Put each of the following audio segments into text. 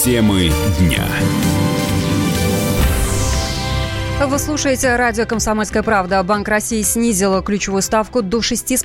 Темы дня. Вы слушаете радио «Комсомольская правда». Банк России снизил ключевую ставку до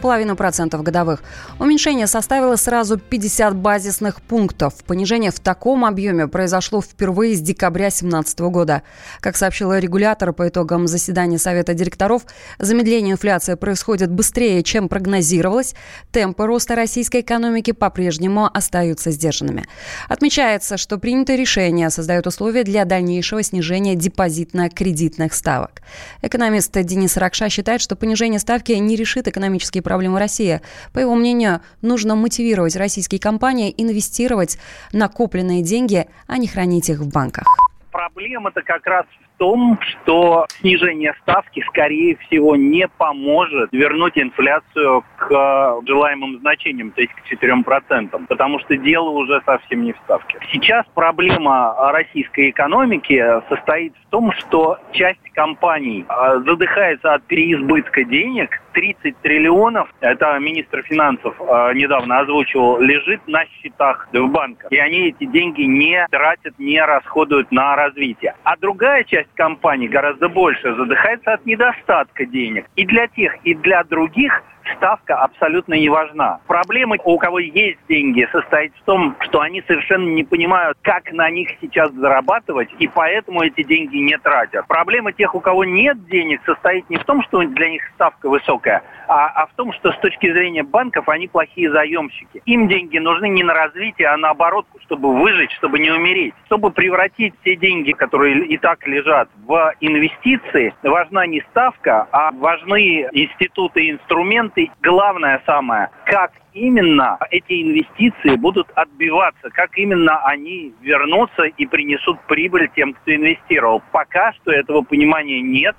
6,5% годовых. Уменьшение составило сразу 50 базисных пунктов. Понижение в таком объеме произошло впервые с декабря 2017 года. Как сообщил регулятор по итогам заседания Совета директоров, замедление инфляции происходит быстрее, чем прогнозировалось. Темпы роста российской экономики по-прежнему остаются сдержанными. Отмечается, что принятое решение создает условия для дальнейшего снижения депозитно-кредитных ставок. Экономист Денис Ракша считает, что понижение ставки не решит экономические проблемы России. По его мнению, нужно мотивировать российские компании инвестировать накопленные деньги, а не хранить их в банках. Проблема-то как раз в том, что снижение ставки, скорее всего, не поможет вернуть инфляцию к желаемым значениям, то есть к 4%, потому что дело уже совсем не в ставке. Сейчас проблема российской экономики состоит в том, что часть компаний задыхается от переизбытка денег. 30 триллионов, это министр финансов недавно озвучивал, лежит на счетах в банках. И они эти деньги не тратят, не расходуют на развитие. А другая часть компаний, гораздо больше, задыхается от недостатка денег. И для тех, и для других ставка абсолютно не важна. Проблема у кого есть деньги состоит в том, что они совершенно не понимают, как на них сейчас зарабатывать, и поэтому эти деньги не тратят. Проблема тех, у кого нет денег, состоит не в том, что для них ставка высокая, а в том, что с точки зрения банков они плохие заемщики. Им деньги нужны не на развитие, а наоборот, чтобы выжить, чтобы не умереть. Чтобы превратить все деньги, которые и так лежат, в инвестиции, важна не ставка, а важны институты и инструменты. Главное самое, как именно эти инвестиции будут отбиваться, как именно они вернутся и принесут прибыль тем, кто инвестировал. Пока что этого понимания нет.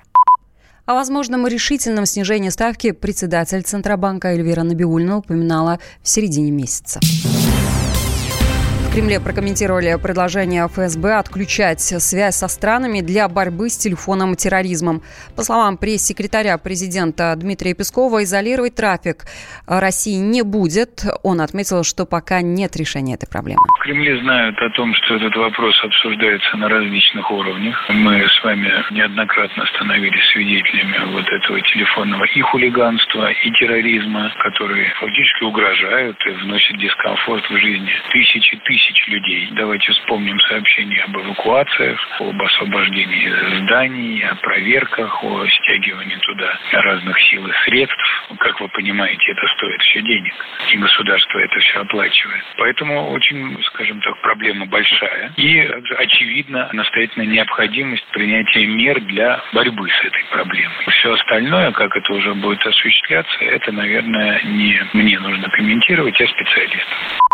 О возможном решительном снижении ставки председатель Центробанка Эльвира Набиуллина упоминала в середине месяца. В Кремле прокомментировали предложение ФСБ отключать связь со странами для борьбы с телефонным терроризмом. По словам пресс-секретаря президента Дмитрия Пескова, изолировать трафик России не будет. Он отметил, что пока нет решения этой проблемы. В Кремле знают о том, что этот вопрос обсуждается на различных уровнях. Мы с вами неоднократно становились свидетелями вот этого телефонного и хулиганства, и терроризма, которые фактически угрожают и вносят дискомфорт в жизни тысяч людей. Давайте вспомним сообщения об эвакуациях, об освобождении зданий, о проверках, о стягивании туда разных сил и средств. Как вы понимаете, это стоит все денег, и государство это все оплачивает. Поэтому очень, скажем так, проблема большая. И также очевидна настоятельная необходимость принятия мер для борьбы с этой проблемой. Все остальное, как это уже будет осуществляться, это, наверное, не мне нужно комментировать, а специалистам.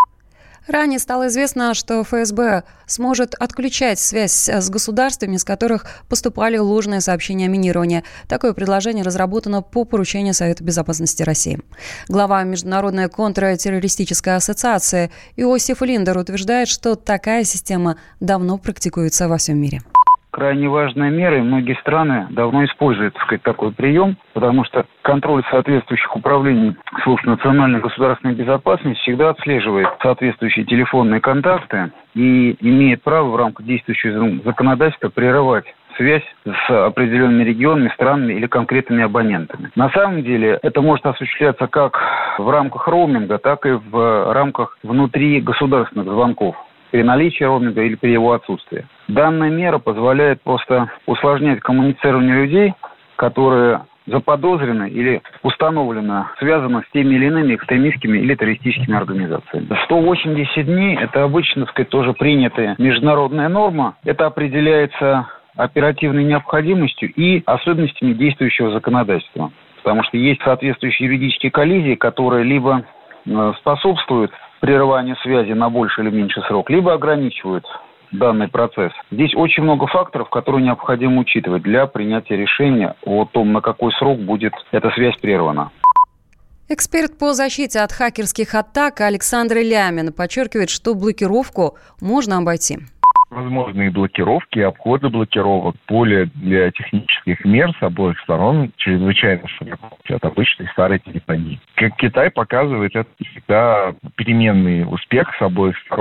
Ранее стало известно, что ФСБ сможет отключать связь с государствами, из которых поступали ложные сообщения о минировании. Такое предложение разработано по поручению Совета безопасности России. Глава Международной контртеррористической ассоциации Иосиф Линдер утверждает, что такая система давно практикуется во всем мире. Крайне важная мера, и многие страны давно используют, так сказать, такой прием, потому что контроль соответствующих управлений служб национальной государственной безопасности всегда отслеживает соответствующие телефонные контакты и имеет право в рамках действующего законодательства прерывать связь с определенными регионами, странами или конкретными абонентами. На самом деле это может осуществляться как в рамках роуминга, так и в рамках внутригосударственных звонков при наличии роуминга или при его отсутствии. Данная мера позволяет просто усложнять коммуницирование людей, которые заподозрены или установлено связано с теми или иными экстремистскими или террористическими организациями. 180 дней – это обычно, так сказать, тоже принятая международная норма. Это определяется оперативной необходимостью и особенностями действующего законодательства. Потому что есть соответствующие юридические коллизии, которые либо способствуют прерыванию связи на больше или меньший срок, либо ограничивают данный процесс. Здесь очень много факторов, которые необходимо учитывать для принятия решения о том, на какой срок будет эта связь прервана. Эксперт по защите от хакерских атак Александр Лямин подчеркивает, что блокировку можно обойти. Возможные блокировки и обходы блокировок, поле для технических мер с обоих сторон чрезвычайно широко от обычной старой телефонии. Как Китай показывает, это всегда переменный успех с обоих сторон.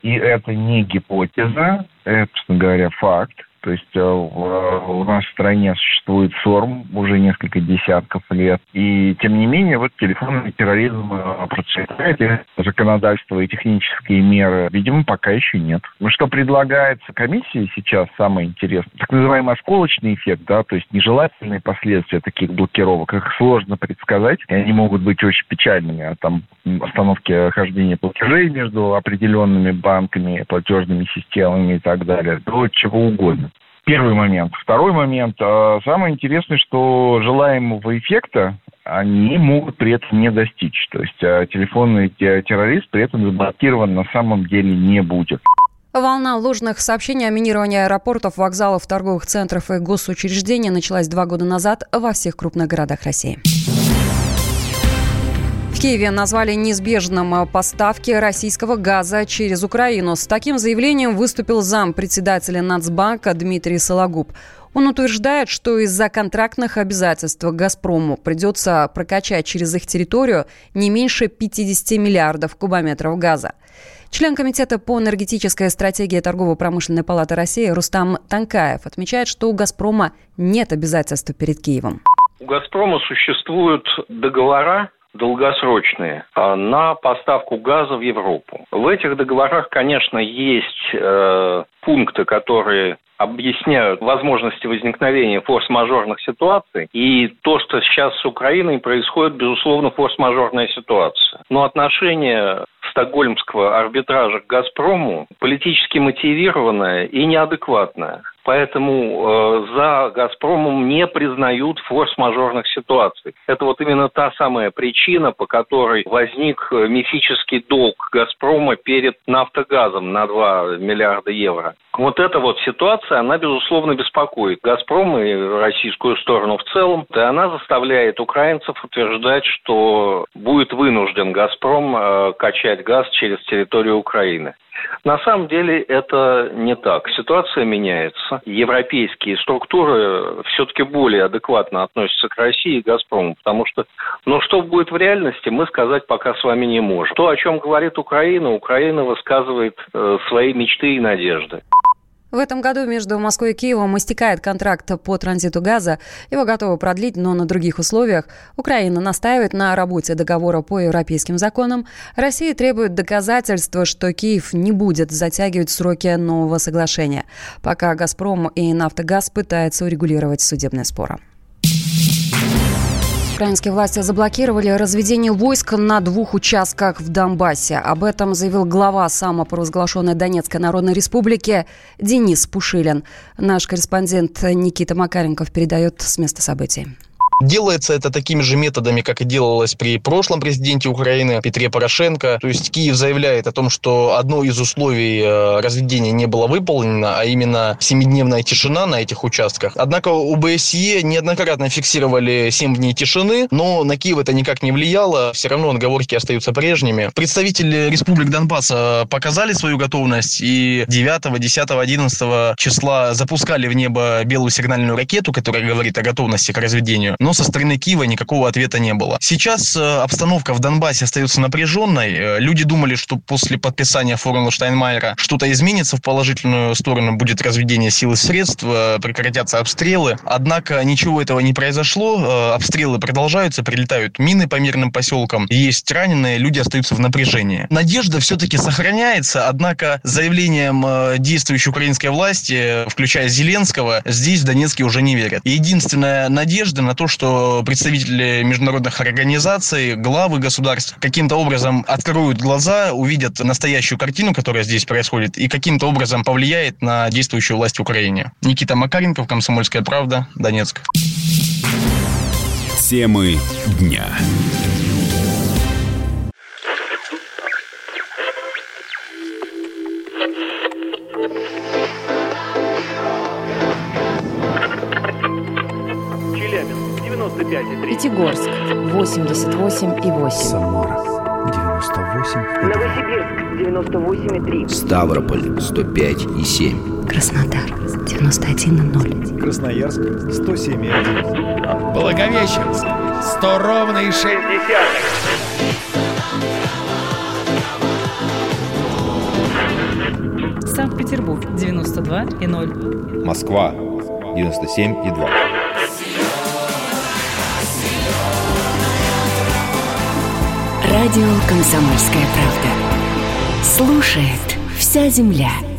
И это не гипотеза, это, собственно говоря, факт. То есть у нас в стране существует СОРМ уже несколько десятков лет. И, тем не менее, вот телефонный терроризм процветает. И законодательство и технические меры, видимо, пока еще нет. Ну, что предлагается комиссии сейчас, самое интересное, так называемый осколочный эффект, да, то есть нежелательные последствия таких блокировок, их сложно предсказать, и они могут быть очень печальными. Там остановки хождения платежей между определенными банками, платежными системами и так далее, до чего угодно. Первый момент. Второй момент. Самое интересное, что желаемого эффекта они могут при этом не достичь. То есть телефонный террорист при этом заблокирован на самом деле не будет. Волна ложных сообщений о минировании аэропортов, вокзалов, торговых центров и госучреждений началась 2 года назад во всех крупных городах России. В Киеве назвали неизбежным поставки российского газа через Украину. С таким заявлением выступил зампредседателя Нацбанка Дмитрий Сологуб. Он утверждает, что из-за контрактных обязательств «Газпрому» придется прокачать через их территорию не меньше 50 миллиардов кубометров газа. Член Комитета по энергетической стратегии Торгово-промышленной палаты России Рустам Танкаев отмечает, что у «Газпрома» нет обязательств перед Киевом. У «Газпрома» существуют договора долгосрочные на поставку газа в Европу. В этих договорах, конечно, есть пункты, которые объясняют возможности возникновения форс-мажорных ситуаций. И то, что сейчас с Украиной происходит, безусловно, форс-мажорная ситуация. Но отношение стокгольмского арбитража к «Газпрому» политически мотивированное и неадекватное. Поэтому за «Газпромом» не признают форс-мажорных ситуаций. Это вот именно та самая причина, по которой возник мифический долг «Газпрома» перед «Нафтогазом» на 2 миллиарда евро. Вот эта вот ситуация, она, безусловно, беспокоит «Газпром» и российскую сторону в целом. И она заставляет украинцев утверждать, что будет вынужден «Газпром» качать газ через территорию Украины. На самом деле это не так. Ситуация меняется. Европейские структуры все-таки более адекватно относятся к России и «Газпрому», потому что, что будет в реальности, мы сказать пока с вами не можем. То, о чем говорит Украина высказывает свои мечты и надежды. В этом году между Москвой и Киевом истекает контракт по транзиту газа. Его готовы продлить, но на других условиях. Украина настаивает на работе договора по европейским законам. Россия требует доказательства, что Киев не будет затягивать сроки нового соглашения, пока «Газпром» и «Нафтогаз» пытаются урегулировать судебные споры. Украинские власти заблокировали разведение войск на 2 участках в Донбассе. Об этом заявил глава самопровозглашенной Донецкой Народной Республики Денис Пушилин. Наш корреспондент Никита Макаренков передает с места событий. Делается это такими же методами, как и делалось при прошлом президенте Украины Петре Порошенко. То есть Киев заявляет о том, что одно из условий разведения не было выполнено, а именно 7-дневная тишина на этих участках. Однако ОБСЕ неоднократно фиксировали 7 дней тишины, но на Киев это никак не влияло. Все равно отговорки остаются прежними. Представители республик Донбасса показали свою готовность и 9, 10, 11 числа запускали в небо белую сигнальную ракету, которая говорит о готовности к разведению. Но со стороны Киева никакого ответа не было. Сейчас обстановка в Донбассе остается напряженной. Люди думали, что после подписания формулы Штайнмайера что-то изменится в положительную сторону, будет разведение сил и средств, прекратятся обстрелы. Однако ничего этого не произошло. Обстрелы продолжаются, прилетают мины по мирным поселкам. Есть раненые, люди остаются в напряжении. Надежда все-таки сохраняется, однако заявлением действующей украинской власти, включая Зеленского, здесь в Донецке уже не верят. Единственная надежда на то, что представители международных организаций, главы государств каким-то образом откроют глаза, увидят настоящую картину, которая здесь происходит, и каким-то образом повлияет на действующую власть в Украине. Никита Макаренков, «Комсомольская правда», Донецк. Темы дня. Пятигорск 88,8. Самара 98,2. Новосибирск 98,3. Ставрополь 105,7. Краснодар 91,0. Красноярск 107,1. Благовещенск 100,6. Санкт-Петербург 92,0. Москва 97,2. Радио «Комсомольская правда». Слушает вся земля.